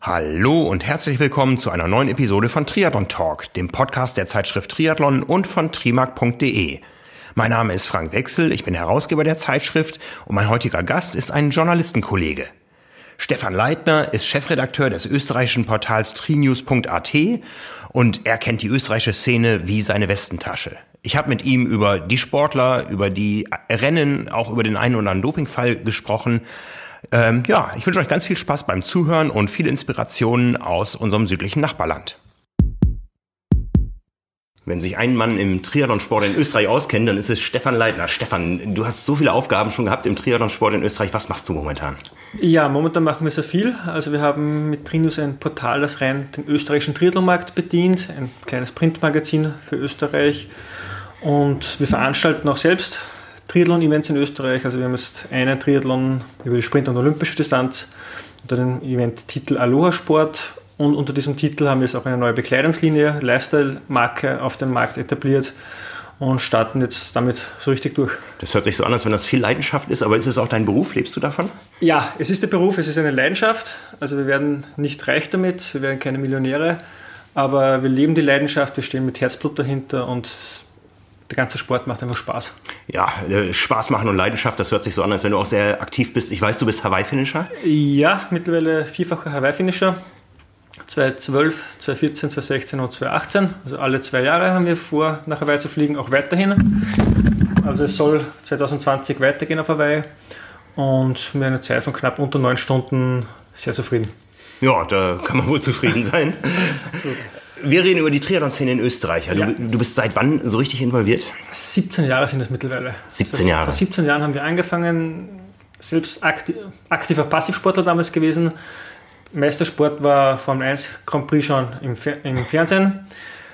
Hallo und herzlich willkommen zu einer neuen Episode von Triathlon Talk, dem Podcast der Zeitschrift Triathlon und von trimark.de. Mein Name ist Frank Wechsel, ich bin Herausgeber der Zeitschrift und mein heutiger Gast ist ein Journalistenkollege. Stefan Leitner ist Chefredakteur des österreichischen Portals trinews.at und er kennt die österreichische Szene wie seine Westentasche. Ich habe mit ihm über die Sportler, über die Rennen, auch über den einen oder anderen Dopingfall gesprochen. Ich wünsche euch ganz viel Spaß beim Zuhören und viele Inspirationen aus unserem südlichen Nachbarland. Wenn sich ein Mann im Triathlonsport in Österreich auskennt, dann ist es Stefan Leitner. Stefan, du hast so viele Aufgaben schon gehabt im Triathlonsport in Österreich. Was machst du momentan? Ja, momentan machen wir sehr viel. Also wir haben mit Trinews ein Portal, das rein den österreichischen Triathlonmarkt bedient, ein kleines Printmagazin für Österreich. Und wir veranstalten auch selbst Triathlon-Events in Österreich. Also wir haben jetzt einen Triathlon über die Sprint- und olympische Distanz unter dem Event-Titel Aloha Sport. Und unter diesem Titel haben wir jetzt auch eine neue Bekleidungslinie, Lifestyle-Marke auf dem Markt etabliert und starten jetzt damit so richtig durch. Das hört sich so an, als wenn das viel Leidenschaft ist, aber ist es auch dein Beruf? Lebst du davon? Ja, es ist der Beruf, es ist eine Leidenschaft. Also wir werden nicht reich damit, wir werden keine Millionäre, aber wir leben die Leidenschaft, wir stehen mit Herzblut dahinter und der ganze Sport macht einfach Spaß. Ja, Spaß machen und Leidenschaft, das hört sich so an, als wenn du auch sehr aktiv bist. Ich weiß, du bist Hawaii-Finisher? Ja, mittlerweile vierfacher Hawaii-Finisher. 2012, 2014, 2016 und 2018. Also alle 2 Jahre haben wir vor, nach Hawaii zu fliegen, auch weiterhin. Also es soll 2020 weitergehen auf Hawaii und mit einer Zeit von knapp unter 9 Stunden sehr zufrieden. Ja, da kann man wohl zufrieden sein. Wir reden über die Triathlon-Szene in Österreich. Ja. Du bist seit wann so richtig involviert? 17 Jahre sind es mittlerweile. 17 Jahre. Vor 17 Jahren haben wir angefangen, selbst aktiver Passivsportler damals gewesen. Meistersport war Formel 1 Grand Prix schon im Fernsehen.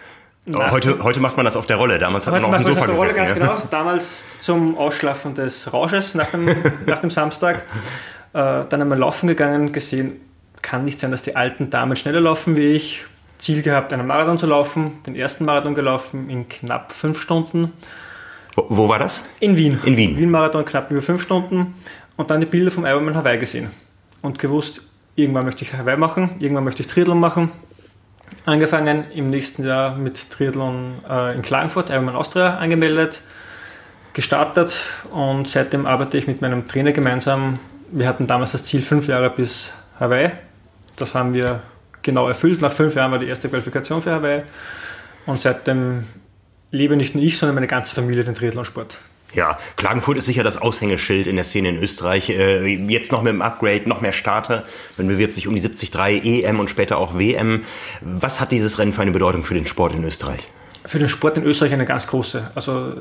Heute macht man das auf der Rolle. Damals hat man auch auf dem Sofa gesessen. Ganz genau. Damals zum Ausschlafen des Rausches nach dem Samstag. Dann einmal laufen gegangen, gesehen, kann nicht sein, dass die alten Damen schneller laufen wie ich. Ziel gehabt, einen Marathon zu laufen. Den ersten Marathon gelaufen in knapp 5 Stunden. Wo war das? In Wien. In Wien. Wien-Marathon knapp über 5 Stunden. Und dann die Bilder vom Ironman Hawaii gesehen. Und gewusst, irgendwann möchte ich Hawaii machen, irgendwann möchte ich Triathlon machen. Angefangen im nächsten Jahr mit Triathlon in Klagenfurt, Ironman Austria angemeldet, gestartet und seitdem arbeite ich mit meinem Trainer gemeinsam. Wir hatten damals das Ziel 5 Jahre bis Hawaii. Das haben wir genau erfüllt. Nach 5 Jahren war die erste Qualifikation für Hawaii und seitdem lebe nicht nur ich, sondern meine ganze Familie den Triathlonsport. Ja, Klagenfurt ist sicher das Aushängeschild in der Szene in Österreich. Jetzt noch mit dem Upgrade, noch mehr Starter. Man bewirbt sich um die 73 EM und später auch WM. Was hat dieses Rennen für eine Bedeutung für den Sport in Österreich? Für den Sport in Österreich eine ganz große. Also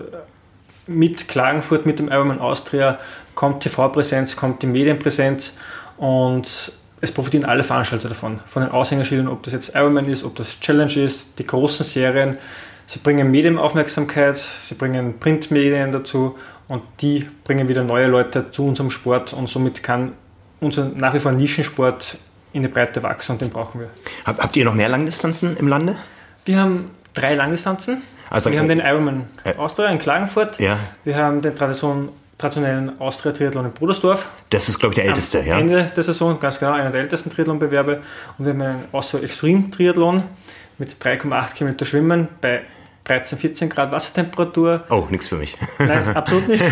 mit Klagenfurt, mit dem Ironman Austria kommt TV-Präsenz, kommt die Medienpräsenz und es profitieren alle Veranstalter davon. Von den Aushängeschildern, ob das jetzt Ironman ist, ob das Challenge ist, die großen Serien. Sie bringen Medienaufmerksamkeit, sie bringen Printmedien dazu und die bringen wieder neue Leute zu unserem Sport und somit kann unser nach wie vor Nischensport in die Breite wachsen und den brauchen wir. Habt ihr noch mehr Langdistanzen im Lande? Wir haben 3 Langdistanzen. Also, wir haben den Ironman Austria in Klagenfurt. Ja. Wir haben den traditionellen Austria-Triathlon in Brudersdorf. Das ist, glaube ich, der älteste, ja? Ende der Saison, ganz genau, einer der ältesten Triathlon-Bewerbe. Und wir haben einen Austria-Extreme-Triathlon mit 3,8 Kilometer Schwimmen bei 13, 14 Grad Wassertemperatur. Oh, nichts für mich. Nein, absolut nicht.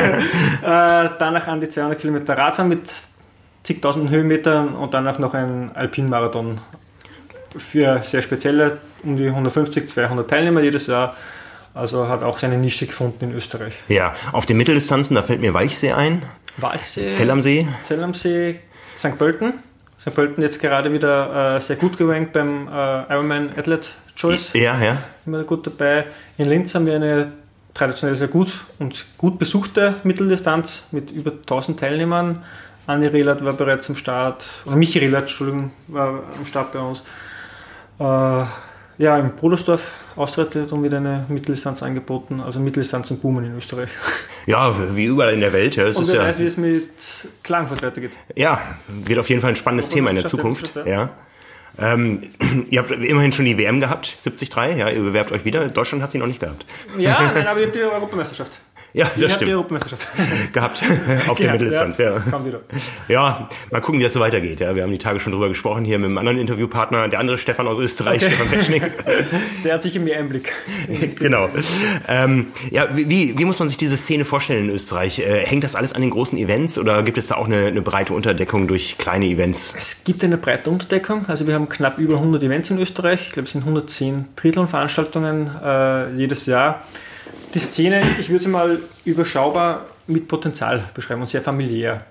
Danach an die 200 Kilometer Radfahren mit zigtausenden Höhenmetern und danach noch ein Alpinmarathon für sehr spezielle, um die 150, 200 Teilnehmer jedes Jahr. Also hat auch seine Nische gefunden in Österreich. Ja, auf den Mitteldistanzen, da fällt mir Walchsee ein. Walchsee. Zell am See, St. Pölten. St. Pölten jetzt gerade wieder sehr gut gerankt beim Ironman Athlete Choice. Ja. Immer gut dabei. In Linz haben wir eine traditionell sehr gut besuchte Mitteldistanz mit über 1000 Teilnehmern. Anni Rehlert war bereits am Start, oder Michi Rehlert, Entschuldigung, war am Start bei uns. Im Brudersdorf Austria-Triathlon wieder eine Mitteldistanz angeboten, also Mitteldistanzen boomen in Österreich. Ja, wie überall in der Welt. Ja, und wer weiß, wie es mit Klagenfurt weitergeht. Ja, wird auf jeden Fall ein spannendes Thema in der Zukunft. Ja. Ihr habt immerhin schon die WM gehabt, 73, ja, ihr bewerbt euch wieder. Deutschland hat sie noch nicht gehabt. Ja, nein, aber ihr habt die Europameisterschaft. Ja, das stimmt. Die Europameisterschaft Gehabt auf der Mitteldistanz, ja. Kommt wieder. Ja, mal gucken, wie das so weitergeht. Ja, wir haben die Tage schon drüber gesprochen hier mit einem anderen Interviewpartner, der andere Stefan aus Österreich, Stefan Petschnik. Der hat sicher mehr Einblick. Genau. Ja, wie muss man sich diese Szene vorstellen in Österreich? Hängt das alles an den großen Events oder gibt es da auch eine breite Unterdeckung durch kleine Events? Es gibt eine breite Unterdeckung. Also wir haben knapp über 100 Events in Österreich. Ich glaube, es sind 110 Triathlon-Veranstaltungen jedes Jahr. Die Szene, ich würde sie mal überschaubar mit Potenzial beschreiben und sehr familiär.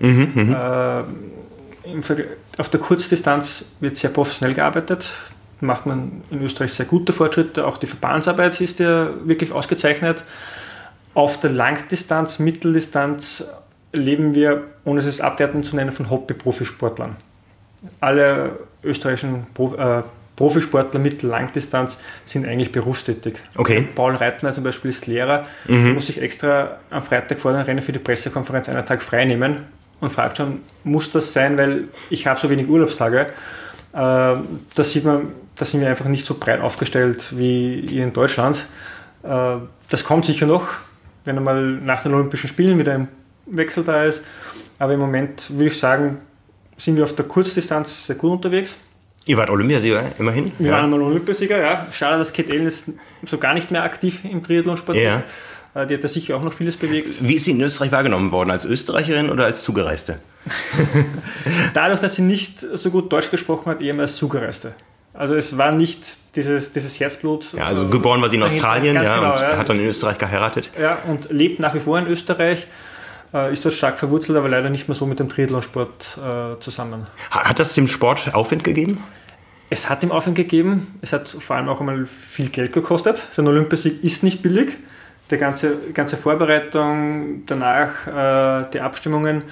Auf der Kurzdistanz wird sehr professionell gearbeitet, macht man in Österreich sehr gute Fortschritte, auch die Verbandsarbeit ist ja wirklich ausgezeichnet. Auf der Langdistanz, Mitteldistanz leben wir, ohne es abwertend zu nennen, von Hobby-Profisportlern. Alle österreichischen Profisportler Mittel-Langdistanz sind eigentlich berufstätig. Okay. Paul Reitner zum Beispiel ist Lehrer, der muss sich extra am Freitag vor dem Rennen für die Pressekonferenz einen Tag frei nehmen und fragt schon, muss das sein, weil ich habe so wenig Urlaubstage. Da sieht man, da sind wir einfach nicht so breit aufgestellt wie hier in Deutschland. Das kommt sicher noch, wenn einmal nach den Olympischen Spielen wieder ein Wechsel da ist. Aber im Moment würde ich sagen, sind wir auf der Kurzdistanz sehr gut unterwegs. Ihr wart Olympiasieger, immerhin. Wir waren einmal Olympiasieger, ja. Schade, dass Kate Ellen so gar nicht mehr aktiv im Triathlonsport ist. Die hat da sicher auch noch vieles bewegt. Wie ist sie in Österreich wahrgenommen worden? Als Österreicherin oder als Zugereiste? Dadurch, dass sie nicht so gut Deutsch gesprochen hat, eher als Zugereiste. Also es war nicht dieses Herzblut. Ja, also geboren war sie in Australien, genau, und hat dann in Österreich geheiratet. Ja, und lebt nach wie vor in Österreich. Ist dort stark verwurzelt, aber leider nicht mehr so mit dem Triathlonsport zusammen. Hat das dem Sport Aufwind gegeben? Es hat ihm Aufwind gegeben. Es hat vor allem auch einmal viel Geld gekostet. So ein Olympiasieg ist nicht billig. Die ganze Vorbereitung, danach die Abstimmungen.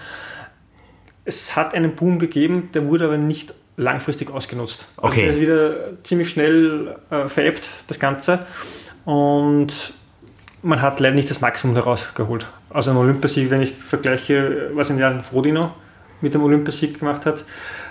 Es hat einen Boom gegeben, der wurde aber nicht langfristig ausgenutzt. Okay. Also der ist wieder ziemlich schnell verebbt, das Ganze. Und man hat leider nicht das Maximum daraus geholt. Also ein Olympiasieg, wenn ich vergleiche, was in Jan Frodeno mit dem Olympiasieg gemacht hat,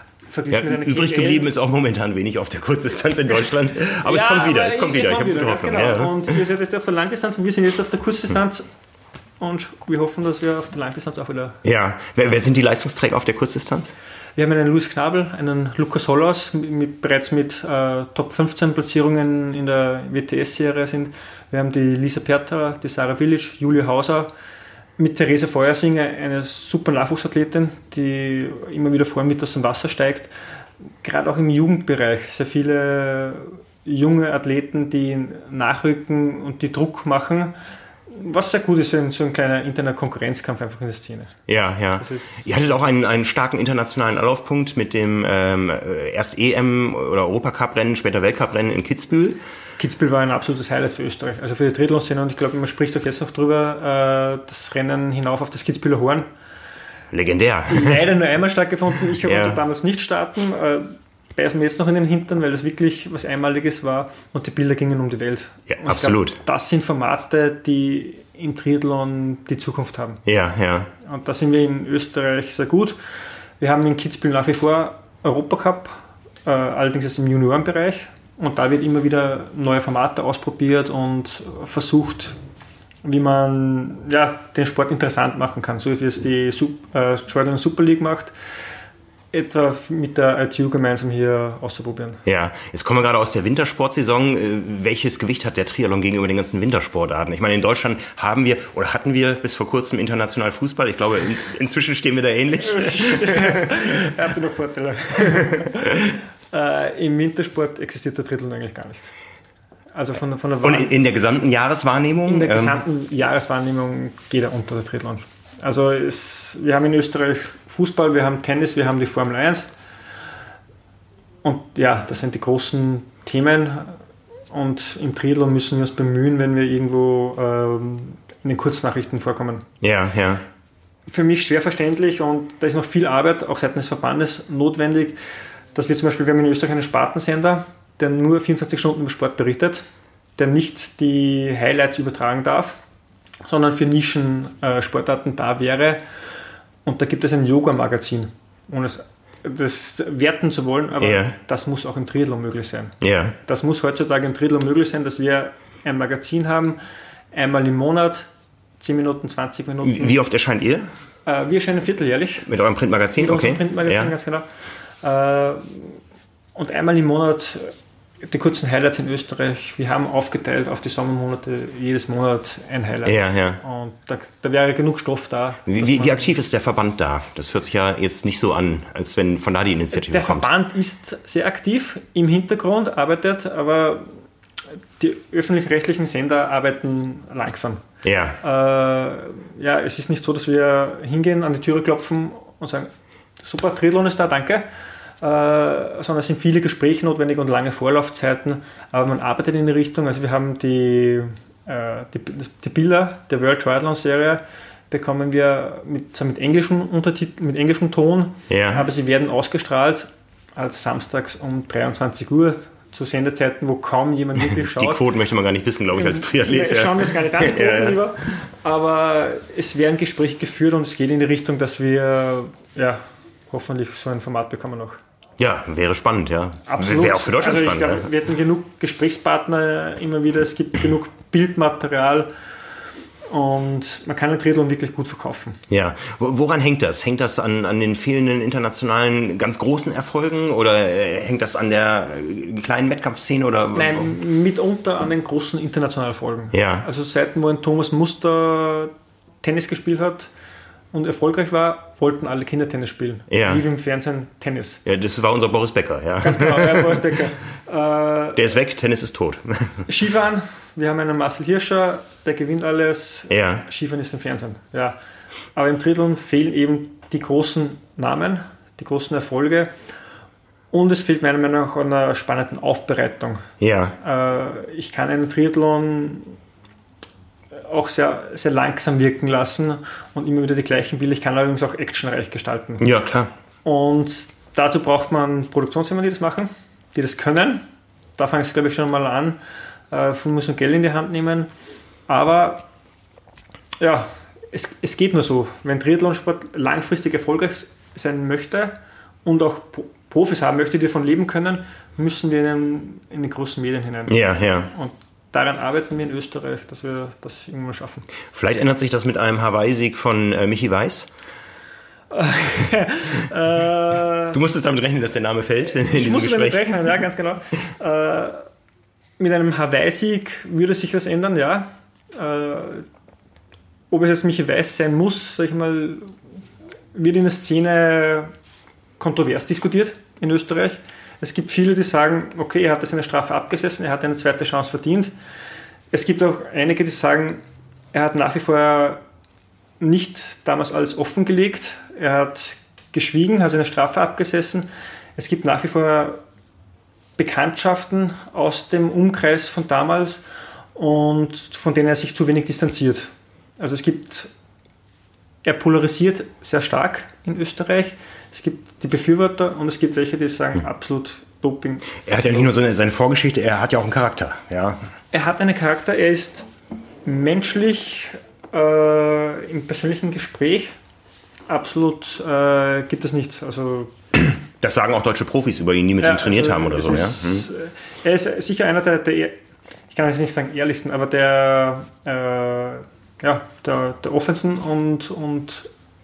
übrig geblieben ist auch momentan wenig auf der Kurzdistanz in Deutschland. Aber es kommt wieder, Ich habe gute Hoffnung. Genau. Ja. Und ihr seid jetzt auf der Langdistanz und wir sind jetzt auf der Kurzdistanz. Und wir hoffen, dass wir auf der Langdistanz auch wieder... Ja, wer sind die Leistungsträger auf der Kurzdistanz? Wir haben einen Luis Knabel, einen Lukas Hollhaus, bereits mit Top 15 Platzierungen in der WTS-Serie sind. Wir haben die Lisa Perta, die Sarah Willisch, Julia Hauser, mit Therese Feuersinger, eine super Nachwuchsathletin, die immer wieder vor mit aus dem Wasser steigt. Gerade auch im Jugendbereich sehr viele junge Athleten, die nachrücken und die Druck machen. Was sehr gut ist, so ein kleiner interner Konkurrenzkampf einfach in der Szene. Ja. Ihr hattet auch einen starken internationalen Anlaufpunkt mit dem erst EM- oder Europacup-Rennen, später Weltcup-Rennen in Kitzbühel. Kitzbühel war ein absolutes Highlight für Österreich, also für die Triathlon-Szene, und ich glaube, man spricht auch jetzt noch drüber, das Rennen hinauf auf das Kitzbüheler Horn. Legendär. Leider nur einmal stattgefunden, ich konnte damals nicht starten, beißen mir jetzt noch in den Hintern, weil das wirklich was Einmaliges war und die Bilder gingen um die Welt. Ja, absolut. Glaub, das sind Formate, die im Triathlon die Zukunft haben. Ja. Und da sind wir in Österreich sehr gut. Wir haben in Kitzbühel nach wie vor Europacup, allerdings erst im Juniorenbereich. Und da wird immer wieder neue Formate ausprobiert und versucht, wie man den Sport interessant machen kann. So wie es die Triathlon Super League macht, etwa mit der ITU gemeinsam hier auszuprobieren. Ja, jetzt kommen wir gerade aus der Wintersportsaison. Welches Gewicht hat der Triathlon gegenüber den ganzen Wintersportarten? Ich meine, in Deutschland hatten wir bis vor kurzem international Fußball. Ich glaube, inzwischen stehen wir da ähnlich. Er hat noch Vorteile. Im Wintersport existiert der Triathlon eigentlich gar nicht. Also von der Und in der gesamten Jahreswahrnehmung? In der gesamten Jahreswahrnehmung geht er unter der Triathlon. Also wir haben in Österreich Fußball, wir haben Tennis, wir haben die Formel 1. Und ja, das sind die großen Themen. Und im Triathlon müssen wir uns bemühen, wenn wir irgendwo in den Kurznachrichten vorkommen. Ja. Für mich schwer verständlich, und da ist noch viel Arbeit, auch seitens des Verbandes, notwendig, dass wir zum Beispiel, wir haben in Österreich einen Spartensender, der nur 24 Stunden über Sport berichtet, der nicht die Highlights übertragen darf, sondern für Nischen-Sportarten da wäre. Und da gibt es ein Yoga-Magazin, ohne das werten zu wollen, aber das muss auch im Triathlon möglich sein. Yeah. Das muss heutzutage im Triathlon möglich sein, dass wir ein Magazin haben, einmal im Monat, 10 Minuten, 20 Minuten. Wie oft erscheint ihr? Wir erscheinen vierteljährlich. Mit eurem Printmagazin? Mit unserem Printmagazin, ganz genau. Und einmal im Monat die kurzen Highlights in Österreich. Wir haben aufgeteilt auf die Sommermonate, jedes Monat ein Highlight. Ja. Und da wäre genug Stoff da. Wie aktiv ist der Verband da? Das hört sich ja jetzt nicht so an, als wenn von da die Initiative kommt. Der Verband ist sehr aktiv, im Hintergrund arbeitet, aber die öffentlich-rechtlichen Sender arbeiten langsam. Ja. Es ist nicht so, dass wir hingehen, an die Türe klopfen und sagen, super, Triathlon ist da, danke. Sondern es sind viele Gespräche notwendig und lange Vorlaufzeiten, aber man arbeitet in die Richtung. Also wir haben die Bilder der World Triathlon Serie bekommen wir mit englischem Untertitel, mit englischem Ton, aber sie werden ausgestrahlt als samstags um 23 Uhr zu Sendezeiten, wo kaum jemand wirklich schaut. Die Quoten möchte man gar nicht wissen, glaube ich, als Triathlet. Schauen wir uns gar nicht an, die Quoten lieber. Aber es werden Gespräche geführt und es geht in die Richtung, dass wir hoffentlich so ein Format bekommen noch. Ja, wäre spannend, ja. Absolut. Wäre auch für Deutschland spannend. Ich glaube, wir hätten genug Gesprächspartner immer wieder, es gibt genug Bildmaterial und man kann den Triathlon wirklich gut verkaufen. Ja, woran hängt das? Hängt das an den fehlenden internationalen, ganz großen Erfolgen oder hängt das an der kleinen Wettkampfszene? Oder? Nein, mitunter an den großen internationalen Erfolgen. Ja. Also seit wo ein Thomas Muster Tennis gespielt hat und erfolgreich war, wollten alle Kinder Tennis spielen. Ja. Lief im Fernsehen Tennis. Ja, das war unser Boris Becker. Ja. Ganz genau, Boris Becker. Der ist weg, Tennis ist tot. Skifahren, wir haben einen Marcel Hirscher, der gewinnt alles. Ja. Skifahren ist im Fernsehen. Ja. Aber im Triathlon fehlen eben die großen Namen, die großen Erfolge. Und es fehlt meiner Meinung nach an einer spannenden Aufbereitung. Ja. Ich kann einen Triathlon auch sehr, sehr langsam wirken lassen und immer wieder die gleichen Bilder. Ich kann allerdings auch actionreich gestalten. Ja, klar. Und dazu braucht man Produktionsfirmen, die das machen, die das können. Da fange ich, glaube ich, schon mal an. Wir müssen Geld in die Hand nehmen. Aber ja, es geht nur so. Wenn Triathlonsport langfristig erfolgreich sein möchte und auch Profis haben möchte, die davon leben können, müssen wir in die großen Medien hinein. Ja. Und daran arbeiten wir in Österreich, dass wir das irgendwann schaffen. Vielleicht ändert sich das mit einem Hawaii-Sieg von Michi Weiß? Du musstest damit rechnen, dass der Name fällt in diesem Gespräch. Damit rechnen, ja, ganz genau. Mit einem Hawaii-Sieg würde sich was ändern, ja. Ob es jetzt Michi Weiß sein muss, sag ich mal, wird in der Szene kontrovers diskutiert in Österreich. Es gibt viele, die sagen, okay, er hat seine Strafe abgesessen, er hat eine zweite Chance verdient. Es gibt auch einige, die sagen, er hat nach wie vor nicht damals alles offengelegt, er hat geschwiegen, hat seine Strafe abgesessen. Es gibt nach wie vor Bekanntschaften aus dem Umkreis von damals und von denen er sich zu wenig distanziert. Also er polarisiert sehr stark in Österreich. Es gibt die Befürworter und es gibt welche, die sagen, absolut Doping. Er hat ja nicht nur seine Vorgeschichte, er hat ja auch einen Charakter. Ja. Er hat einen Charakter, er ist menschlich, im persönlichen Gespräch absolut gibt es nichts. Also, das sagen auch deutsche Profis über ihn, die mit ihm trainiert haben oder so. Er ist sicher einer der, ich kann jetzt nicht sagen ehrlichsten, aber der offensten und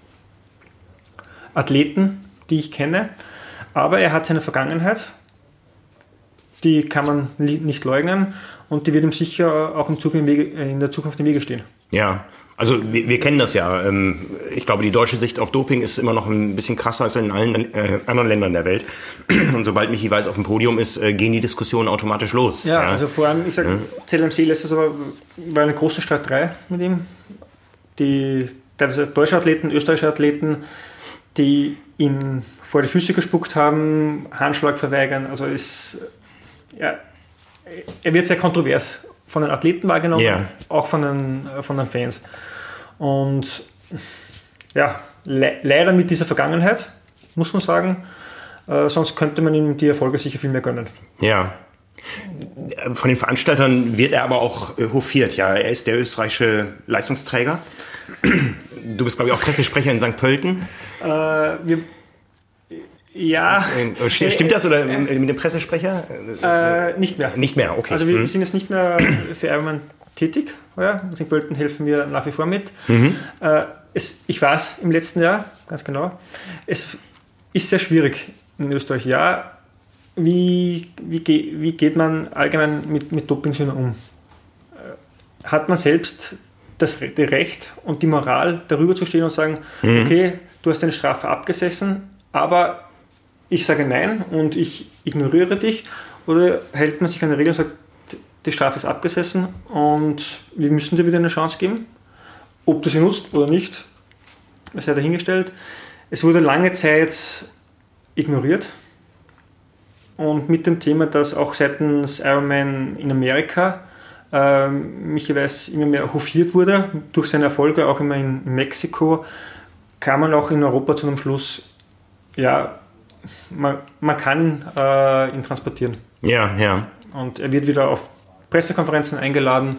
Athleten, die ich kenne. Aber er hat seine Vergangenheit, die kann man nicht leugnen und die wird ihm sicher auch in der Zukunft im Wege stehen. Ja, also wir kennen das ja. Ich glaube, die deutsche Sicht auf Doping ist immer noch ein bisschen krasser als in allen anderen Ländern der Welt. Und sobald Michi Weiß auf dem Podium ist, gehen die Diskussionen automatisch los. Ja, also vor allem, ich sage, ZLMC letztes war eine große Streiterei mit ihm. Die teilweise deutsche Athleten, österreichische Athleten, die ihn vor die Füße gespuckt haben, Handschlag verweigern. Also er wird sehr kontrovers von den Athleten wahrgenommen, auch von den Fans. Und ja, leider mit dieser Vergangenheit, muss man sagen, sonst könnte man ihm die Erfolge sicher viel mehr gönnen. Ja. Von den Veranstaltern wird er aber auch hofiert. Ja, er ist der österreichische Leistungsträger. Du bist, glaube ich, auch Pressesprecher in St. Pölten. Ja. Stimmt das oder mit dem Pressesprecher? Nicht mehr. Nicht mehr, okay. Also wir sind jetzt nicht mehr für Ironman tätig. Ja, in St. Pölten helfen wir nach wie vor mit. Ich war es im letzten Jahr, ganz genau. Es ist sehr schwierig in Österreich. Ja, wie geht man allgemein mit Dopingsündern um? Hat man selbst das Recht und die Moral, darüber zu stehen und sagen, okay, du hast deine Strafe abgesessen, aber ich sage nein und ich ignoriere dich? Oder hält man sich an die Regel und sagt, die Strafe ist abgesessen und wir müssen dir wieder eine Chance geben? Ob du sie nutzt oder nicht, sei dahingestellt. Es wurde lange Zeit ignoriert und mit dem Thema, dass auch seitens Ironman in Amerika Michi Weiß immer mehr hofiert wurde, durch seine Erfolge auch immer in Mexiko, kam man auch in Europa zu einem Schluss, ja, man kann ihn transportieren. Ja, ja. Und er wird wieder auf Pressekonferenzen eingeladen.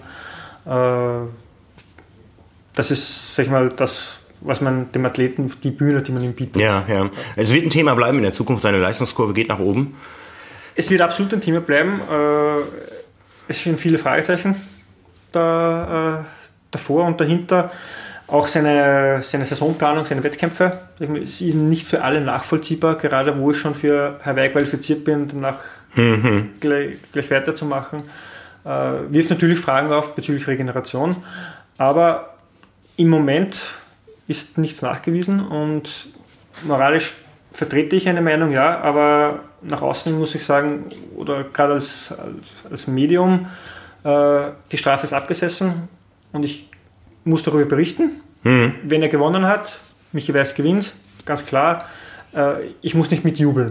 Das ist, sag ich mal, das, was man dem Athleten, die Bühne, die man ihm bietet. Ja, ja. Es wird ein Thema bleiben in der Zukunft, seine Leistungskurve geht nach oben. Es wird absolut ein Thema bleiben. Es stehen viele Fragezeichen davor und dahinter. Auch seine Saisonplanung, seine Wettkämpfe, ist nicht für alle nachvollziehbar, gerade wo ich schon für Hawaii qualifiziert bin, danach gleich weiterzumachen. Wirft natürlich Fragen auf bezüglich Regeneration, aber im Moment ist nichts nachgewiesen und moralisch vertrete ich eine Meinung, ja, aber nach außen muss ich sagen, oder gerade als Medium, die Strafe ist abgesessen und ich muss darüber berichten. Wenn er gewonnen hat, Michi Weiß gewinnt, ganz klar, ich muss nicht mitjubeln.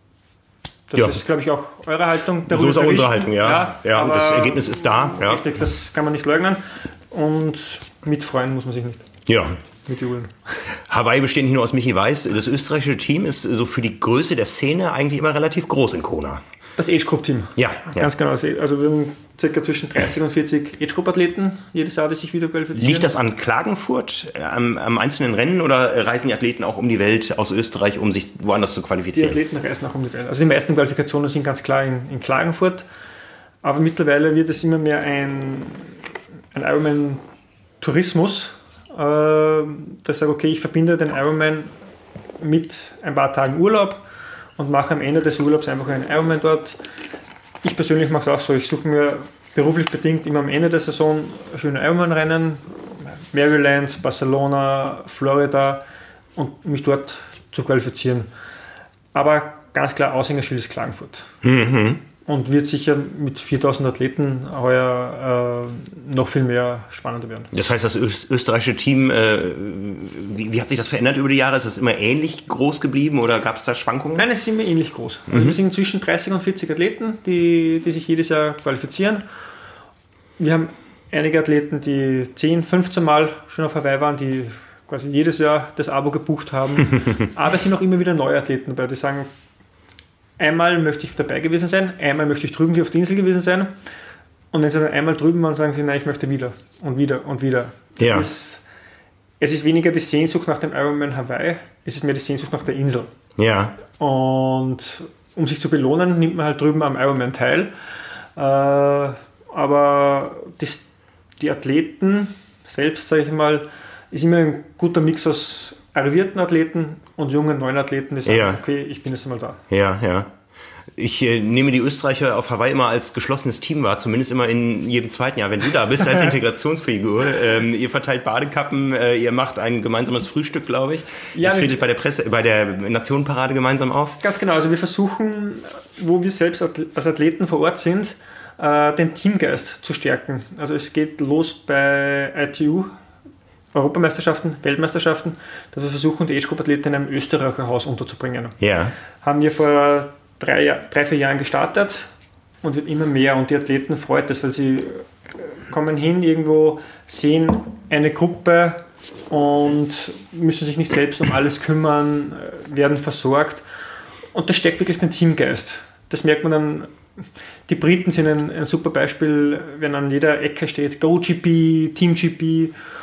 Das ist, glaube ich, auch eure Haltung. So ist auch unsere Haltung, ja. Ja, und das Ergebnis ist da. Ja. Richtig, das kann man nicht leugnen. Und mitfreuen muss man sich nicht. Ja. Mitjubeln. Hawaii besteht nicht nur aus Michi Weiß. Das österreichische Team ist so für die Größe der Szene eigentlich immer relativ groß in Kona. Das Age-Group-Team. Ja. Ganz genau. Also wir haben ca. zwischen 30 und 40 Age-Group-Athleten jedes Jahr, die sich wieder qualifizieren. Liegt das an Klagenfurt, am einzelnen Rennen, oder reisen die Athleten auch um die Welt aus Österreich, um sich woanders zu qualifizieren? Die Athleten reisen auch um die Welt. Also die meisten Qualifikationen sind ganz klar in Klagenfurt, aber mittlerweile wird es immer mehr ein Ironman-Tourismus, das sagt, okay, ich verbinde den Ironman mit ein paar Tagen Urlaub und mache am Ende des Urlaubs einfach einen Ironman dort. Ich persönlich mache es auch so, ich suche mir beruflich bedingt immer am Ende der Saison schöne Ironman-Rennen, Maryland, Barcelona, Florida, und mich dort zu qualifizieren. Aber ganz klar, Aushängeschild ist Klagenfurt. Und wird sicher mit 4000 Athleten heuer noch viel mehr spannender werden. Das heißt, das österreichische Team, wie hat sich das verändert über die Jahre? Ist das immer ähnlich groß geblieben oder gab es da Schwankungen? Nein, es ist immer ähnlich groß. Also wir sind zwischen 30 und 40 Athleten, die sich jedes Jahr qualifizieren. Wir haben einige Athleten, die 10, 15 Mal schon auf Hawaii waren, die quasi jedes Jahr das Abo gebucht haben. Aber es sind auch immer wieder neue Athleten dabei, die sagen, einmal möchte ich dabei gewesen sein, einmal möchte ich drüben auf der Insel gewesen sein. Und wenn sie dann einmal drüben waren, sagen sie, nein, ich möchte wieder und wieder und wieder. Ja. Es ist weniger die Sehnsucht nach dem Ironman Hawaii, es ist mehr die Sehnsucht nach der Insel. Ja. Und um sich zu belohnen, nimmt man halt drüben am Ironman teil. Aber die Athleten selbst, sage ich mal, ist immer ein guter Mix aus arrivierten Athleten und jungen, neuen Athleten, die sagen, okay, ich bin jetzt einmal da. Ja, ja. Ich nehme die Österreicher auf Hawaii immer als geschlossenes Team wahr, zumindest immer in jedem zweiten Jahr, wenn du da bist als Integrationsfigur. Ihr verteilt Badekappen, ihr macht ein gemeinsames Frühstück, glaube ich. Ja, ihr tretet bei der Nationenparade gemeinsam auf. Ganz genau, also wir versuchen, wo wir selbst als Athleten vor Ort sind, den Teamgeist zu stärken. Also es geht los bei ITU, Europameisterschaften, Weltmeisterschaften, dass wir versuchen, die Age-Group-Athleten in einem Österreicher Haus unterzubringen. Ja. Haben wir vor 3-4 Jahren gestartet und wird immer mehr, und die Athleten freut es, weil sie kommen hin, irgendwo sehen eine Gruppe und müssen sich nicht selbst um alles kümmern, werden versorgt, und das stärkt wirklich den Teamgeist. Das merkt man dann. Die Briten sind ein super Beispiel, wenn an jeder Ecke steht GoGP, TeamGP,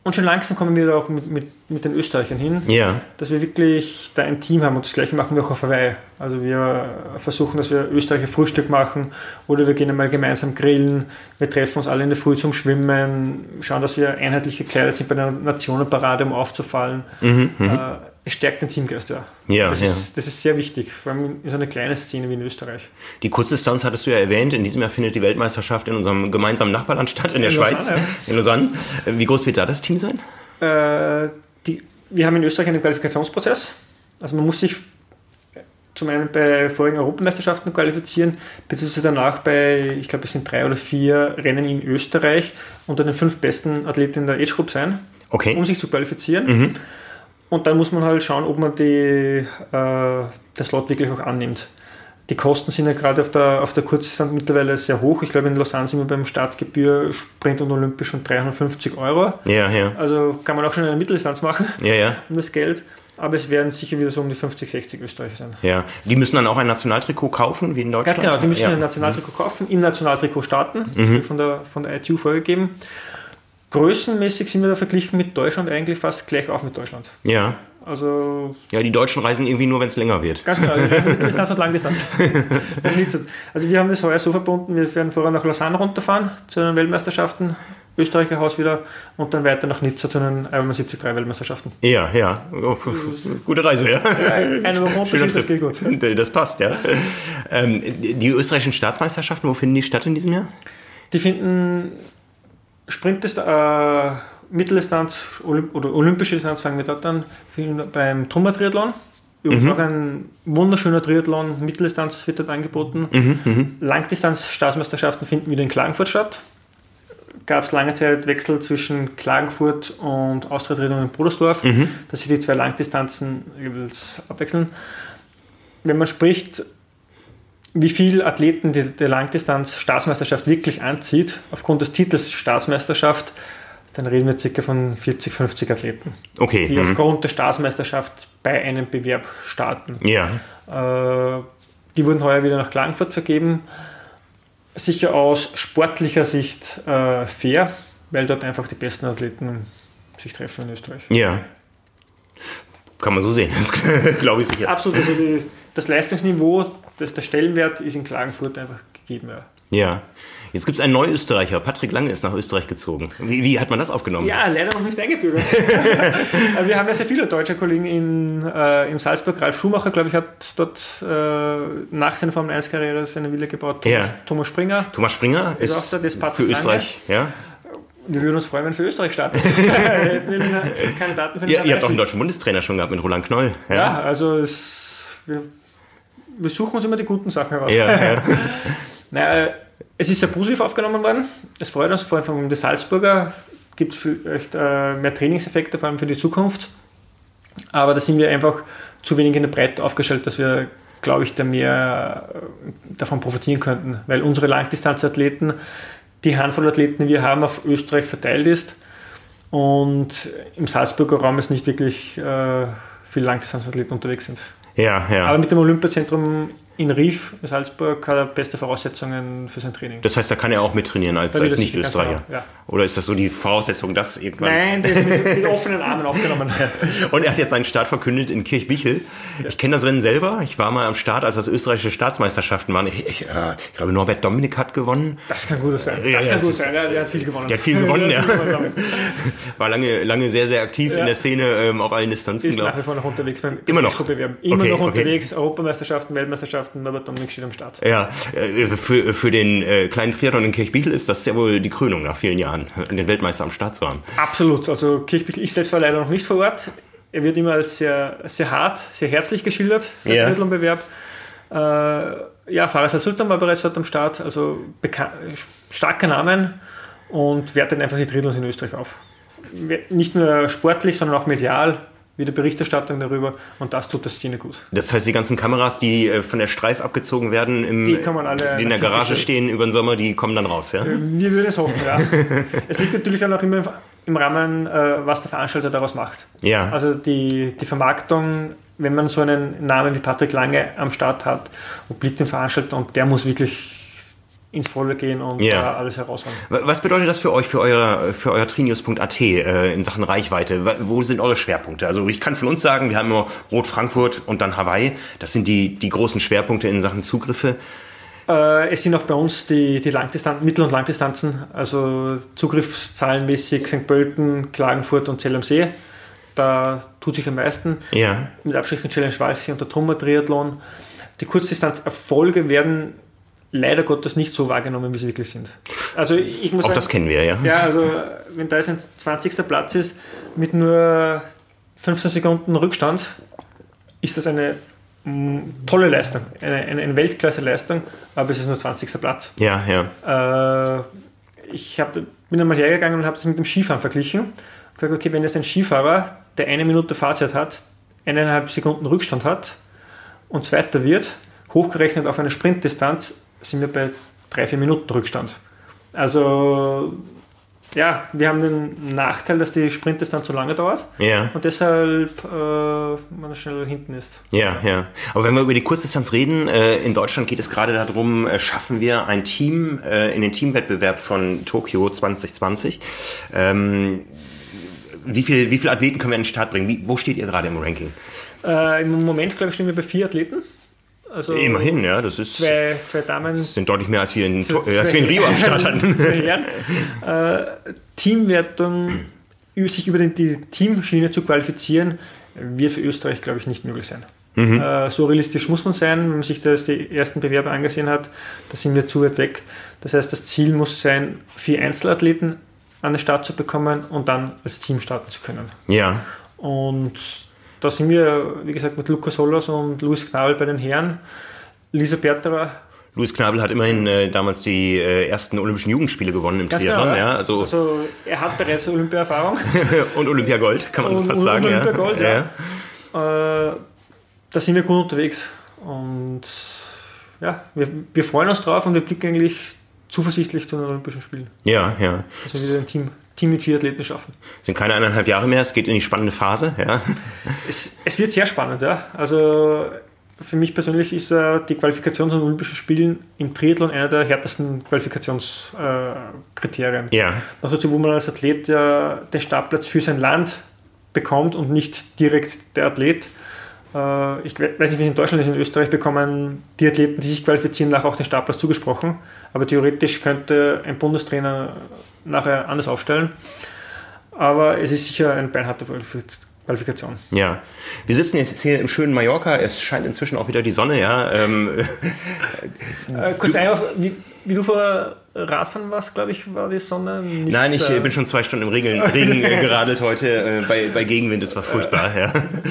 Und schon langsam kommen wir da auch mit den Österreichern hin, dass wir wirklich da ein Team haben und das Gleiche machen wir auch auf Hawaii. Also wir versuchen, dass wir Österreicher Frühstück machen oder wir gehen einmal gemeinsam grillen, wir treffen uns alle in der Früh zum Schwimmen, schauen, dass wir einheitlich gekleidet sind bei der Nationenparade, um aufzufallen. Es stärkt den Teamgeist, Das ist sehr wichtig, vor allem in so einer kleinen Szene wie in Österreich. Die Kurzdistanz hattest du ja erwähnt, in diesem Jahr findet die Weltmeisterschaft in unserem gemeinsamen Nachbarland statt, in der Schweiz, in Lausanne. Wie groß wird da das Team sein? Wir haben in Österreich einen Qualifikationsprozess. Also man muss sich zum einen bei vorigen Europameisterschaften qualifizieren, beziehungsweise danach bei, ich glaube es sind 3 oder 4 Rennen in Österreich unter den 5 besten Athleten in der Age Group sein, um sich zu qualifizieren. Und dann muss man halt schauen, ob man das Slot wirklich auch annimmt. Die Kosten sind ja gerade auf der Kurzdistanz mittlerweile sehr hoch. Ich glaube, in Lausanne sind wir beim Startgebühr Sprint und Olympisch von 350 €. Also kann man auch schon eine Mitteldistanz machen um das Geld. Aber es werden sicher wieder so um die 50, 60 Österreicher sein. Ja, die müssen dann auch ein Nationaltrikot kaufen, wie in Deutschland? Ganz genau, die müssen ein Nationaltrikot kaufen, im Nationaltrikot starten. Das wird von der ITU vorgegeben. Größenmäßig sind wir da verglichen mit Deutschland eigentlich fast gleich auf mit Deutschland. Also die Deutschen reisen irgendwie nur, wenn es länger wird. Ganz genau, die reisen Mitteldistanz und Langdistanz. Also wir haben das heuer so verbunden, wir werden vorher nach Lausanne runterfahren zu den Weltmeisterschaften, Österreicher Haus wieder und dann weiter nach Nizza zu den Ironman 73 Weltmeisterschaften. Gute Reise, Eine Woche Unterschied, das geht gut. Das passt, Die österreichischen Staatsmeisterschaften, wo finden die statt in diesem Jahr? Die finden Mitteldistanz oder olympische Distanz fangen wir dort an, beim Trummer-Triathlon. Übrigens auch ein wunderschöner Triathlon, Mitteldistanz wird dort angeboten. Langdistanz-Staatsmeisterschaften finden wieder in Klagenfurt statt. Gab es lange Zeit Wechsel zwischen Klagenfurt und Austria Triathlon in Brudersdorf, dass sich die 2 Langdistanzen jeweils abwechseln. Wenn man spricht, wie viele Athleten der Langdistanz-Staatsmeisterschaft wirklich anzieht, aufgrund des Titels Staatsmeisterschaft, dann reden wir circa von 40, 50 Athleten, die aufgrund der Staatsmeisterschaft bei einem Bewerb starten. Die wurden heuer wieder nach Klagenfurt vergeben. Sicher aus sportlicher Sicht fair, weil dort einfach die besten Athleten sich treffen in Österreich. Kann man so sehen, das glaube ich sicher. Absolut, also das Leistungsniveau, der Stellenwert ist in Klagenfurt einfach gegeben. Jetzt gibt es einen Neuösterreicher, Patrick Lange ist nach Österreich gezogen. Wie hat man das aufgenommen? Ja, leider noch nicht eingebürgert. Wir haben ja sehr viele deutsche Kollegen in Salzburg. Ralf Schumacher, glaube ich, hat dort nach seiner Formel-1-Karriere seine Villa gebaut. Thomas Springer. Thomas Springer ist auch da, für Österreich, Wir würden uns freuen, wenn wir für Österreich starten. Kandidaten für den ihr habt auch einen deutschen Bundestrainer schon gehabt mit Roland Knoll. Also wir suchen uns immer die guten Sachen heraus. Es ist sehr positiv aufgenommen worden. Es freut uns, vor allem von den Salzburger gibt es vielleicht mehr Trainingseffekte, vor allem für die Zukunft. Aber da sind wir einfach zu wenig in der Breite aufgestellt, dass wir, glaube ich, da mehr davon profitieren könnten. Weil unsere Langdistanzathleten, die Handvoll Athleten, die wir haben, auf Österreich verteilt ist. Und im Salzburger Raum ist nicht wirklich viele Langdistanzathleten unterwegs sind. Aber mit dem Olympiazentrum in Rief, Salzburg, hat er beste Voraussetzungen für sein Training. Das heißt, da kann er auch mittrainieren als Nicht-Österreicher? Oder ist das so die Voraussetzung, dass irgendwann... Nein, der ist mit offenen Armen aufgenommen. Und er hat jetzt seinen Start verkündet in Kirchbichel. Ich kenne das Rennen selber. Ich war mal am Start, als das österreichische Staatsmeisterschaften waren. Ich glaube, Norbert Dominik hat gewonnen. Das kann gut sein. Der hat viel gewonnen. Der hat viel gewonnen, War lange sehr, sehr aktiv in der Szene auf allen Distanzen. Ist nach wie vor noch unterwegs beim Immer noch unterwegs. Europameisterschaften, Weltmeisterschaften, Norbert Dominik steht am Start. Für den kleinen Triathlon in Kirchbichel ist das ja wohl die Krönung nach vielen Jahren, den Weltmeister am Start zu haben. Absolut. Also Kirchbichel, ich selbst war leider noch nicht vor Ort. Er wird immer als sehr, sehr hart, sehr herzlich geschildert, der Triathlon-Bewerb. Faris Al-Sultan war bereits dort am Start, also starker Namen und wertet einfach die Triathlons in Österreich auf. Nicht nur sportlich, sondern auch medial. Wieder Berichterstattung darüber und das tut der Szene gut. Das heißt, die ganzen Kameras, die von der Streif abgezogen werden, die in der Garage stehen über den Sommer, die kommen dann raus, Wir würden es hoffen, Es liegt natürlich auch immer im Rahmen, was der Veranstalter daraus macht. Also die Vermarktung, wenn man so einen Namen wie Patrick Lange am Start hat, obliegt dem Veranstalter und der muss wirklich ins Volle gehen und da alles herausholen. Was bedeutet das für euch, für euer Trinius.at in Sachen Reichweite? Wo sind eure Schwerpunkte? Also ich kann von uns sagen, wir haben nur Rot Frankfurt und dann Hawaii. Das sind die großen Schwerpunkte in Sachen Zugriffe. Es sind auch bei uns die Mittel- und Langdistanzen, also zugriffszahlenmäßig St. Pölten, Klagenfurt und Zell am See. Da tut sich am meisten. Ja. Mit Abstrichen den Challenge Walchsee und der Trummer Triathlon. Die Kurzdistanzerfolge werden leider Gottes nicht so wahrgenommen, wie sie wirklich sind. Also ich muss auch sagen, das kennen wir, ja. Ja, also wenn da jetzt ein 20. Platz ist mit nur 15 Sekunden Rückstand, ist das eine tolle Leistung, eine Weltklasse-Leistung, aber es ist nur 20. Platz. Ja, ja. Ich bin einmal hergegangen und habe das mit dem Skifahren verglichen und gesagt, okay, wenn jetzt ein Skifahrer, der 1 Minute Fahrzeit hat, 1,5 Sekunden Rückstand hat und Zweiter wird, hochgerechnet auf eine Sprintdistanz, sind wir bei 3-4 Minuten Rückstand. Also ja, wir haben den Nachteil, dass die Sprintdistanz so lange dauert und deshalb man schnell hinten ist. Ja, ja. Aber wenn wir über die Kurzdistanz reden, in Deutschland geht es gerade darum, schaffen wir ein Team in den Teamwettbewerb von Tokio 2020. Wie viele Athleten können wir an den Start bringen? Wo steht ihr gerade im Ranking? Im Moment, glaube ich, stehen wir bei 4 Athleten. Also immerhin, ja, das ist zwei Damen. Das sind deutlich mehr, als wir in Rio am Start hatten. 2 Herren. Teamwertung, sich über die Teamschiene zu qualifizieren, wird für Österreich, glaube ich, nicht möglich sein. So realistisch muss man sein, wenn man sich das die ersten Bewerber angesehen hat, da sind wir zu weit weg. Das heißt, das Ziel muss sein, 4 Einzelathleten an den Start zu bekommen und dann als Team starten zu können. Ja. Und da sind wir, wie gesagt, mit Lukas Hollers und Luis Knabel bei den Herren. Lisa Berterer. Luis Knabel hat immerhin damals die ersten Olympischen Jugendspiele gewonnen im Triathlon. Genau, ja. Also er hat bereits Olympia-Erfahrung. Und Olympiagold, kann man so fast sagen. Olympiagold, ja. Da sind wir gut unterwegs. Und ja, wir freuen uns drauf und wir blicken eigentlich zuversichtlich zu den Olympischen Spielen. Ja, ja. Dass wir wieder ein Team mit 4 Athleten schaffen. Es sind keine 1,5 Jahre mehr, es geht in die spannende Phase. Ja. Es wird sehr spannend, ja. Also für mich persönlich ist die Qualifikation zu den Olympischen Spielen im Triathlon einer der härtesten Qualifikationskriterien. Ja. Noch dazu, wo man als Athlet ja den Startplatz für sein Land bekommt und nicht direkt der Athlet. Ich weiß nicht, wie es in Deutschland ist, in Österreich bekommen die Athleten, die sich qualifizieren, nachher auch den Startplatz zugesprochen. Aber theoretisch könnte ein Bundestrainer nachher anders aufstellen. Aber es ist sicher eine beinharte Qualifikation. Ja, wir sitzen jetzt hier im schönen Mallorca. Es scheint inzwischen auch wieder die Sonne. Ja. Kurz einfach, wie du vor Radfahren warst, glaube ich, war die Sonne nicht. Nein, ich bin schon 2 Stunden im Regen geradelt heute bei Gegenwind. Es war furchtbar. Ja.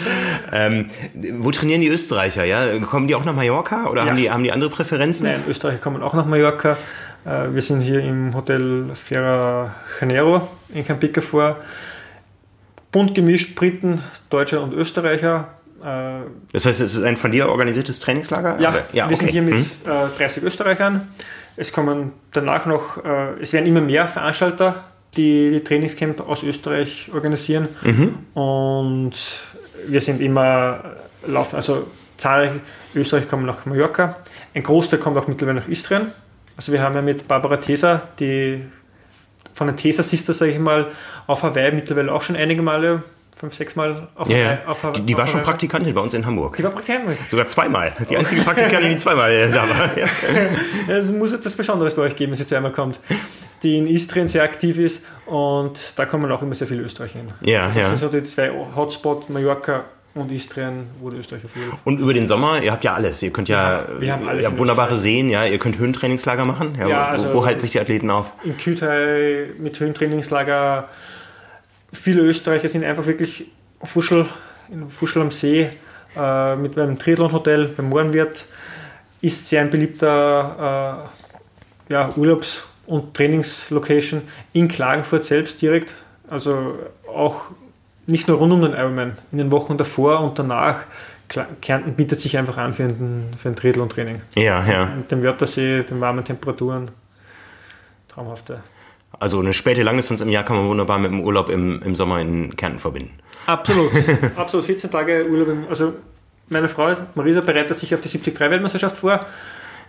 Wo trainieren die Österreicher? Ja? Kommen die auch nach Mallorca oder haben die andere Präferenzen? Nein, Österreicher kommen auch nach Mallorca. Wir sind hier im Hotel Ferra Janeiro in Campica vor. Bunt gemischt, Briten, Deutsche und Österreicher. Das heißt, es ist ein von dir organisiertes Trainingslager? Ja, wir sind hier mit 30 Österreichern. Es kommen danach noch, es werden immer mehr Veranstalter, die Trainingscamp aus Österreich organisieren. Und wir sind immer laufen, also zahlreiche Österreicher kommen nach Mallorca. Ein Großteil kommt auch mittlerweile nach Istrien. Also wir haben ja mit Barbara Tesa, die von den Tesa Sisters, sage ich mal, auf Hawaii mittlerweile auch schon einige Male, 5-6 Mal auf Hawaii. Die war schon Praktikantin bei uns in Hamburg. Die war Praktikantin? Sogar 2-mal. Die einzige Praktikantin, die 2-mal da war. Ja. Es muss etwas Besonderes bei euch geben, wenn sie zweimal kommt. Die in Istrien sehr aktiv ist und da kommen auch immer sehr viele Österreicher hin. Ja, das sind so die 2 Hotspots, Mallorca und Istrien, wo die Österreicher fliegen. Und über den Sommer, ihr habt ja alles. Ihr könnt wir haben alles, wunderbare Seen, ja, ihr könnt Höhentrainingslager machen. Ja, wo halten sich die Athleten auf? In Kütai mit Höhentrainingslager. Viele Österreicher sind einfach wirklich in Fuschl am See mit einem Triathlon-Hotel beim Mohrenwirt. Ist sehr ein beliebter Urlaubs- und Trainingslocation in Klagenfurt selbst direkt. Also auch nicht nur rund um den Ironman, in den Wochen davor und danach. Kärnten bietet sich einfach an für ein Triathlon-Training. Ja. Mit dem Wörthersee, den warmen Temperaturen. Traumhafte. Also eine späte Langdistanz im Jahr kann man wunderbar mit dem Urlaub im Sommer in Kärnten verbinden. Absolut. 14 Tage Urlaub. Also meine Frau Marisa bereitet sich auf die 73-Weltmeisterschaft vor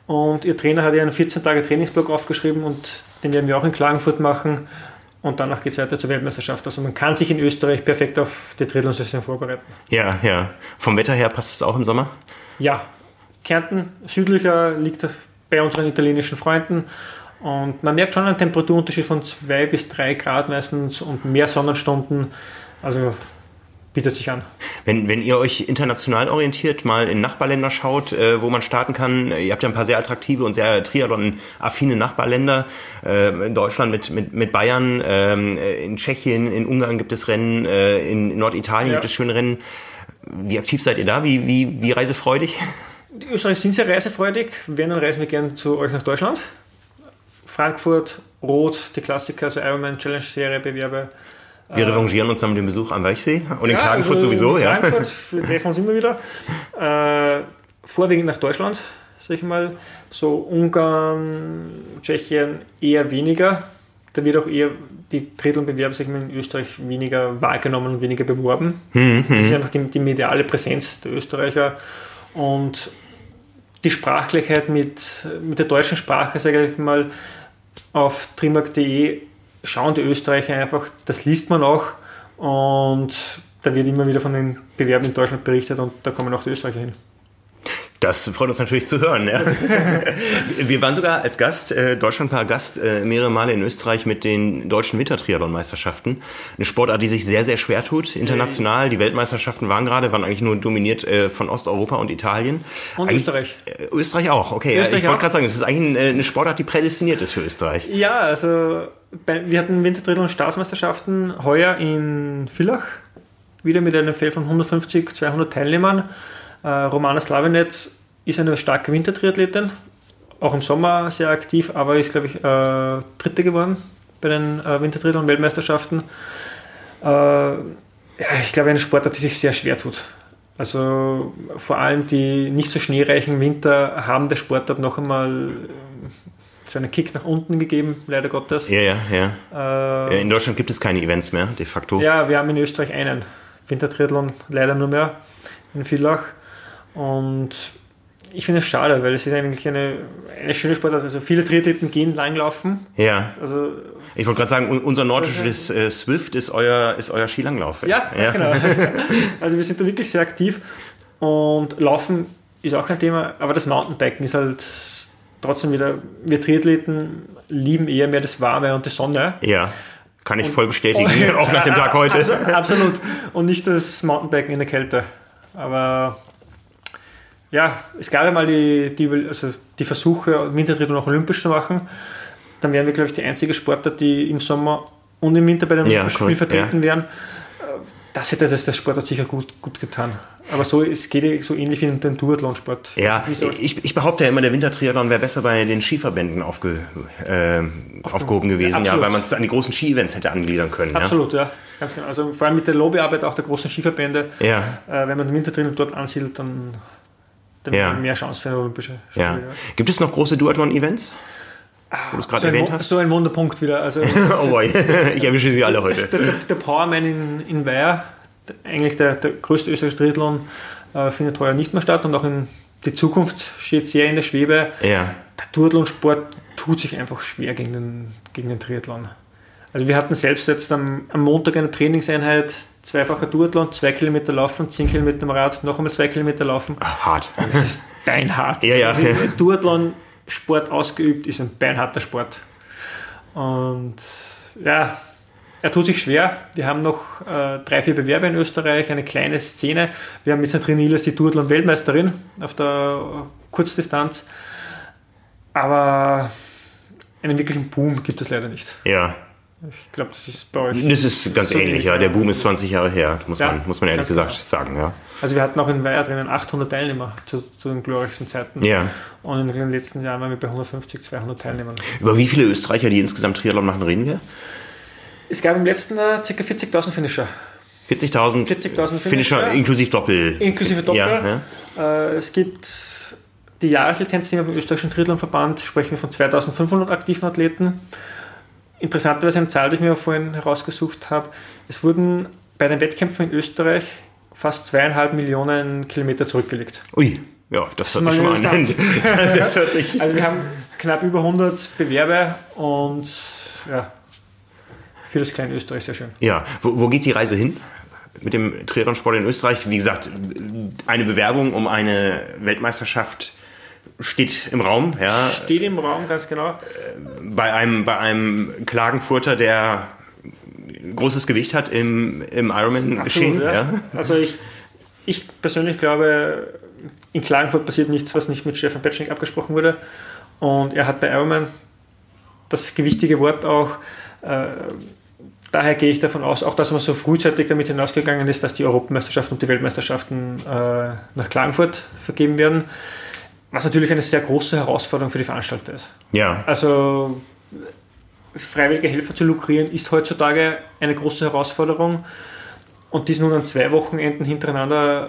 Und ihr Trainer hat ja einen 14-Tage-Trainingsblock aufgeschrieben und den werden wir auch in Klagenfurt machen. Und danach geht es weiter zur Weltmeisterschaft. Also man kann sich in Österreich perfekt auf die Triathlon-Saison vorbereiten. Ja, ja. Vom Wetter her passt es auch im Sommer? Ja. Kärnten, südlicher, liegt bei unseren italienischen Freunden. Und man merkt schon einen Temperaturunterschied von 2 bis 3 Grad meistens und mehr Sonnenstunden. Also bietet sich an. Wenn ihr euch international orientiert, mal in Nachbarländer schaut, wo man starten kann, ihr habt ja ein paar sehr attraktive und sehr Triathlon-affine Nachbarländer, in Deutschland mit Bayern, in Tschechien, in Ungarn gibt es Rennen, in Norditalien gibt es schöne Rennen. Wie aktiv seid ihr da? Wie reisefreudig? Die Österreicher sind sehr reisefreudig, wenn, dann reisen wir gerne zu euch nach Deutschland. Frankfurt, Rot, die Klassiker, also Ironman Challenge Serie, Bewerbe. Wir revanchieren uns dann mit dem Besuch am Weichsee und in Klagenfurt also sowieso. In Klagenfurt, wir treffen uns immer wieder. Vorwiegend nach Deutschland, sag ich mal. So Ungarn, Tschechien eher weniger. Da wird auch eher die Triathlon-Bewerbe, sag ich mal, in Österreich weniger wahrgenommen und weniger beworben. Das ist einfach die mediale Präsenz der Österreicher. Und die Sprachgleichheit mit der deutschen Sprache, sage ich mal, auf trimark.de schauen die Österreicher einfach, das liest man auch und da wird immer wieder von den Bewerben in Deutschland berichtet und da kommen auch die Österreicher hin. Das freut uns natürlich zu hören. Ja. Wir waren sogar als Gast, Deutschland war Gast mehrere Male in Österreich mit den deutschen Wintertriathlon-Meisterschaften. Eine Sportart, die sich sehr, sehr schwer tut, international. Die Weltmeisterschaften waren eigentlich nur dominiert von Osteuropa und Italien. Und Österreich. Österreich auch, okay. Österreich ich wollte gerade sagen, es ist eigentlich eine Sportart, die prädestiniert ist für Österreich. Ja, also wir hatten Wintertriathlon-Staatsmeisterschaften heuer in Villach, wieder mit einem Feld von 150, 200 Teilnehmern. Romana Slavinec ist eine starke Wintertriathletin, auch im Sommer sehr aktiv, aber ist, glaube ich, Dritte geworden bei den Wintertriathlon-Weltmeisterschaften. Ich glaube, eine Sportart, die sich sehr schwer tut. Also vor allem die nicht so schneereichen Winter haben der Sportart noch einmal so einen Kick nach unten gegeben, leider Gottes. Ja. In Deutschland gibt es keine Events mehr, de facto. Ja, wir haben in Österreich einen Wintertriathlon, leider nur mehr in Villach. Und ich finde es schade, weil es ist eigentlich eine schöne Sportart. Also viele Triathleten gehen Langlaufen. Ja. Also ich wollte gerade sagen, unser nordisches Swift ist euer Skilanglauf. Ja, ganz genau. Also wir sind da wirklich sehr aktiv. Und Laufen ist auch kein Thema, aber das Mountainbiken ist halt trotzdem wieder, wir Triathleten lieben eher mehr das Warme und die Sonne. Ja. Kann ich voll bestätigen, auch nach dem Tag heute. Also, absolut. Und nicht das Mountainbiken in der Kälte. Aber ja, es gab ja mal die Versuche, Wintertriathlon auch olympisch zu machen. Dann wären wir, glaube ich, die einzige Sportart, die im Sommer und im Winter bei den Olympischen Spielen vertreten wären. Das hätte der Sportart sicher gut getan. Aber es geht so ähnlich wie in dem Duathlon-Sport. Ja, ich behaupte ja immer, der Wintertriathlon wäre besser bei den Skiverbänden aufgehoben gewesen, ja, weil man es an die großen Ski-Events hätte angliedern können. Absolut, ja. Ganz genau. Also vor allem mit der Lobbyarbeit auch der großen Skiverbände. Ja. Wenn man den Wintertriathlon dort ansiedelt, dann mehr Chance für eine olympische Spiele. Ja. Gibt es noch große Duathlon-Events? Wo du es gerade erwähnt hast? So ein Wunderpunkt wieder. Also, oh boy, ich erwische sie alle heute. Der Powerman in Weiher, eigentlich der größte österreichische Triathlon, findet heuer nicht mehr statt und auch die Zukunft steht sehr in der Schwebe. Ja. Der Duathlon-Sport tut sich einfach schwer gegen den Triathlon. Also wir hatten selbst jetzt am Montag eine Trainingseinheit, zweifacher Duathlon, 2 Kilometer laufen, 10 Kilometer am Rad, noch einmal 2 Kilometer laufen. Hart. Das ist beinhart. Ja. Also Duathlon-Sport ausgeübt ist ein beinharter Sport. Und ja, er tut sich schwer. Wir haben noch 3-4 Bewerber in Österreich, eine kleine Szene. Wir haben mit Sandrine Niels die Duathlon-Weltmeisterin auf der Kurzdistanz. Aber einen wirklichen Boom gibt es leider nicht. Ja. Ich glaube, das ist bei euch. Das ist ganz so ähnlich, ja. Der Boom ist 20 Jahre her, muss man ehrlich gesagt sagen, ja. Also wir hatten auch in Weiher drinnen 800 Teilnehmer zu den glorreichsten Zeiten. Ja. Und in den letzten Jahren waren wir bei 150, 200 Teilnehmern. Über wie viele Österreicher, die insgesamt Triathlon machen, reden wir? Es gab im letzten Jahr ca. 40.000 Finisher. 40.000 Finisher inklusive Doppel. Inklusive Doppel. Ja. Es gibt die Jahreslizenz, die wir beim österreichischen Triathlonverband sprechen wir von 2.500 aktiven Athleten. Interessanterweise eine Zahl, die ich mir vorhin herausgesucht habe, es wurden bei den Wettkämpfen in Österreich fast 2,5 Millionen Kilometer zurückgelegt. Ui. Ja, das hört sich schon mal an. Das hört sich also wir haben knapp über 100 Bewerber und ja, für das kleine Österreich sehr schön. Ja, wo geht die Reise hin mit dem Triathlonsport in Österreich? Wie gesagt, eine Bewerbung um eine Weltmeisterschaft steht im Raum. Ja. Steht im Raum, ganz genau. Bei einem Klagenfurter, der großes Gewicht hat im Ironman-Geschehen. Ja. Also ich persönlich glaube, in Klagenfurt passiert nichts, was nicht mit Stefan Petschnik abgesprochen wurde. Und er hat bei Ironman das gewichtige Wort auch. Daher gehe ich davon aus, auch dass man so frühzeitig damit hinausgegangen ist, dass die Europameisterschaften und die Weltmeisterschaften nach Klagenfurt vergeben werden. Was natürlich eine sehr große Herausforderung für die Veranstalter ist. Ja. Also freiwillige Helfer zu lukrieren ist heutzutage eine große Herausforderung. Und dies nun an 2 Wochenenden hintereinander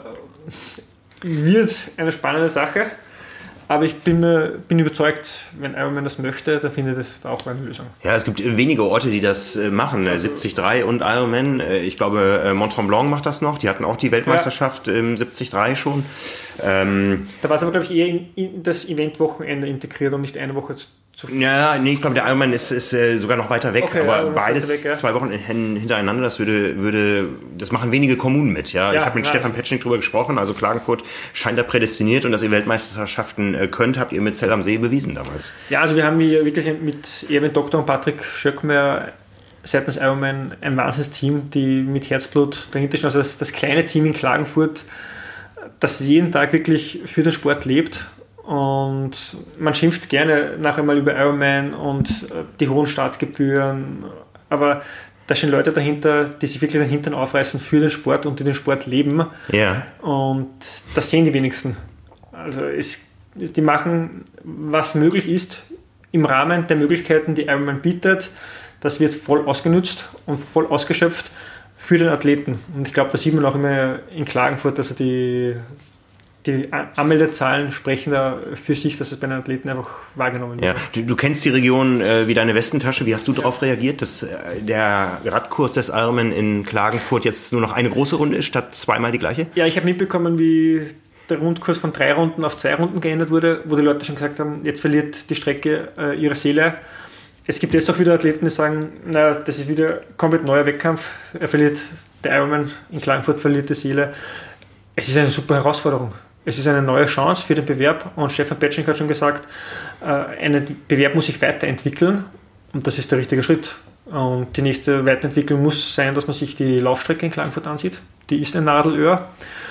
wird eine spannende Sache. Aber ich bin überzeugt, wenn Ironman das möchte, dann findet es da auch eine Lösung. Ja, es gibt wenige Orte, die das machen. 73 und Ironman. Ich glaube, Mont-Tremblant macht das noch. Die hatten auch die Weltmeisterschaft im 73 schon. Da war es aber, glaube ich, eher in das Eventwochenende integriert, um nicht eine Woche zu ja, nee, ich glaube, der Ironman ist sogar noch weiter weg, okay, aber ja, beides weg, ja. 2 Wochen hintereinander, das machen wenige Kommunen mit, ja. Ich habe mit Stefan Petschnik drüber gesprochen, also Klagenfurt scheint da prädestiniert und dass ihr Weltmeisterschaften könnt, habt ihr mit Zell am See bewiesen damals. Ja, also wir haben hier wirklich mit Erwin Doktor und Patrick Schöckmer seitens Ironman ein Wahnsinnsteam, die mit Herzblut dahinter stehen, also das kleine Team in Klagenfurt, das jeden Tag wirklich für den Sport lebt. Und man schimpft gerne nachher mal über Ironman und die hohen Startgebühren, aber da stehen Leute dahinter, die sich wirklich den Hintern aufreißen für den Sport und die den Sport leben. Ja. Und das sehen die wenigsten. Also die machen, was möglich ist, im Rahmen der Möglichkeiten, die Ironman bietet. Das wird voll ausgenutzt und voll ausgeschöpft für den Athleten. Und ich glaube, da sieht man auch immer in Klagenfurt, dass die Anmeldezahlen sprechen da für sich, dass es bei den Athleten einfach wahrgenommen wird. Ja, du kennst die Region wie deine Westentasche. Wie hast du darauf reagiert, dass der Radkurs des Ironman in Klagenfurt jetzt nur noch eine große Runde ist, statt zweimal die gleiche? Ja, ich habe mitbekommen, wie der Rundkurs von 3 Runden auf 2 Runden geändert wurde, wo die Leute schon gesagt haben, jetzt verliert die Strecke ihre Seele. Es gibt jetzt auch wieder Athleten, die sagen, na, das ist wieder komplett neuer Wettkampf. Der Ironman in Klagenfurt verliert die Seele. Es ist eine super Herausforderung. Es ist eine neue Chance für den Bewerb und Stefan Petschnik hat schon gesagt, ein Bewerb muss sich weiterentwickeln und das ist der richtige Schritt. Und die nächste Weiterentwicklung muss sein, dass man sich die Laufstrecke in Klagenfurt ansieht. Die ist ein Nadelöhr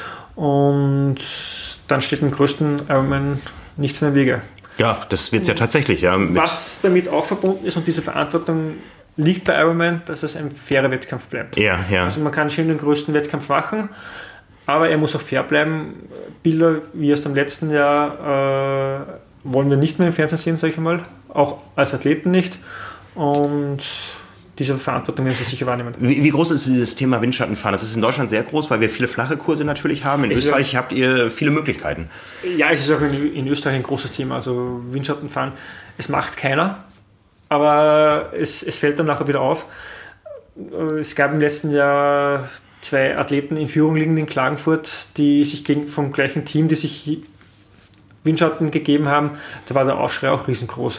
und dann steht dem größten Ironman nichts mehr im Wege. Ja, das wird es ja tatsächlich. Ja, was damit auch verbunden ist und diese Verantwortung liegt bei Ironman, dass es ein fairer Wettkampf bleibt. Ja. Also man kann schon den größten Wettkampf machen, aber er muss auch fair bleiben. Bilder wie erst im letzten Jahr wollen wir nicht mehr im Fernsehen sehen, sage ich mal. Auch als Athleten nicht. Und diese Verantwortung werden sie sicher wahrnehmen. Wie groß ist dieses Thema Windschattenfahren? Das ist in Deutschland sehr groß, weil wir viele flache Kurse natürlich haben. In Österreich habt ihr viele Möglichkeiten. Ja, es ist auch in Österreich ein großes Thema. Also Windschattenfahren, es macht keiner. Aber es fällt dann nachher wieder auf. Es gab im letzten Jahr 2 Athleten in Führung liegen in Klagenfurt, die sich vom gleichen Team, die sich Windschatten gegeben haben. Da war der Aufschrei auch riesengroß.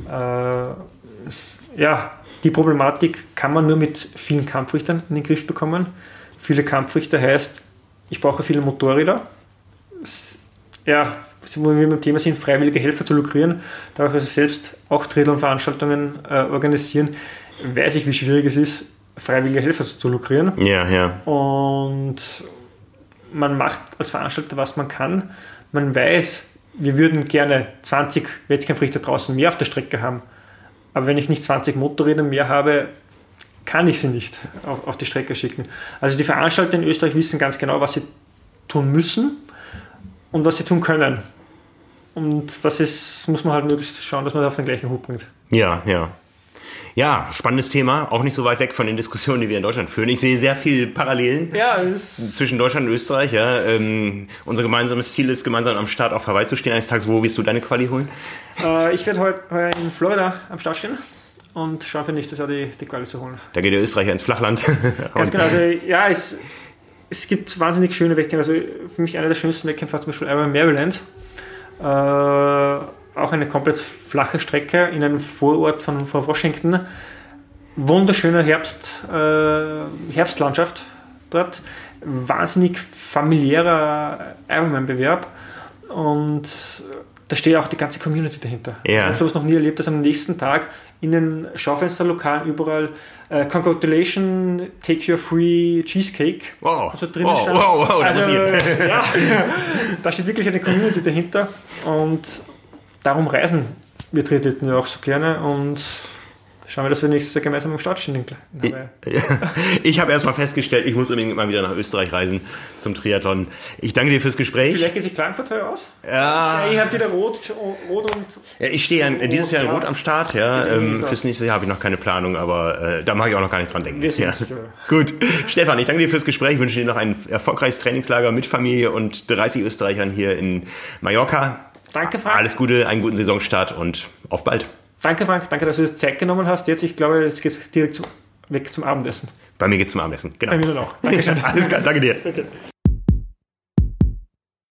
Die Problematik kann man nur mit vielen Kampfrichtern in den Griff bekommen. Viele Kampfrichter heißt, ich brauche viele Motorräder. Ja, wo wir beim Thema sind, freiwillige Helfer zu lukrieren, da ich also selbst auch Triathlon-Veranstaltungen organisieren, weiß ich, wie schwierig es ist, freiwillige Helfer zu lukrieren. Ja. Und man macht als Veranstalter, was man kann. Man weiß, wir würden gerne 20 Wettkampfrichter draußen mehr auf der Strecke haben. Aber wenn ich nicht 20 Motorräder mehr habe, kann ich sie nicht auf die Strecke schicken. Also die Veranstalter in Österreich wissen ganz genau, was sie tun müssen und was sie tun können. Und das muss man halt möglichst schauen, dass man das auf den gleichen Hut bringt. Ja, spannendes Thema, auch nicht so weit weg von den Diskussionen, die wir in Deutschland führen. Ich sehe sehr viele Parallelen zwischen Deutschland und Österreich. Ja. Unser gemeinsames Ziel ist, gemeinsam am Start auf Hawaii zu stehen. Eines Tages, wo wirst du deine Quali holen? Ich werde heute in Florida am Start stehen und schaue für nächstes Jahr die Quali zu holen. Da geht der Österreicher ins Flachland. Ganz genau. Also, es gibt wahnsinnig schöne Wettkämpfe. Also für mich einer der schönsten Wettkämpfe war zum Beispiel Ironman Maryland. Auch eine komplett flache Strecke in einem Vorort von Washington. Wunderschöne Herbstlandschaft dort. Wahnsinnig familiärer Ironman-Bewerb. Und da steht auch die ganze Community dahinter. Ja. Ich habe sowas noch nie erlebt, dass am nächsten Tag in den Schaufensterlokalen überall Congratulations, take your free cheesecake. Wow, also drinnen stand. Also, ja, da steht wirklich eine Community dahinter. Und darum reisen wir Triathleten ja auch so gerne. Und schauen wir, dass wir nächstes Jahr gemeinsam am Start stehen. Ich habe erstmal festgestellt, ich muss unbedingt mal wieder nach Österreich reisen zum Triathlon. Ich danke dir fürs Gespräch. Vielleicht geht sich Klagenfurt heuer aus? Ja. Ihr habt wieder Rot und... Ja, ich stehe dieses Jahr in Rot am Start. Ja. Fürs nächste Jahr habe ich noch keine Planung, aber da mag ich auch noch gar nicht dran denken. Wir sind ja. sicher. Gut, Stefan, ich danke dir fürs Gespräch. Ich wünsche dir noch ein erfolgreiches Trainingslager mit Familie und 30 Österreichern hier in Mallorca. Danke, Frank. Alles Gute, einen guten Saisonstart und auf bald. Danke, Frank. Danke, dass du dir Zeit genommen hast. Jetzt, ich glaube, es geht direkt weg zum Abendessen. Bei mir geht's zum Abendessen. Genau. Bei mir noch. Dankeschön. Alles klar, danke dir. Okay.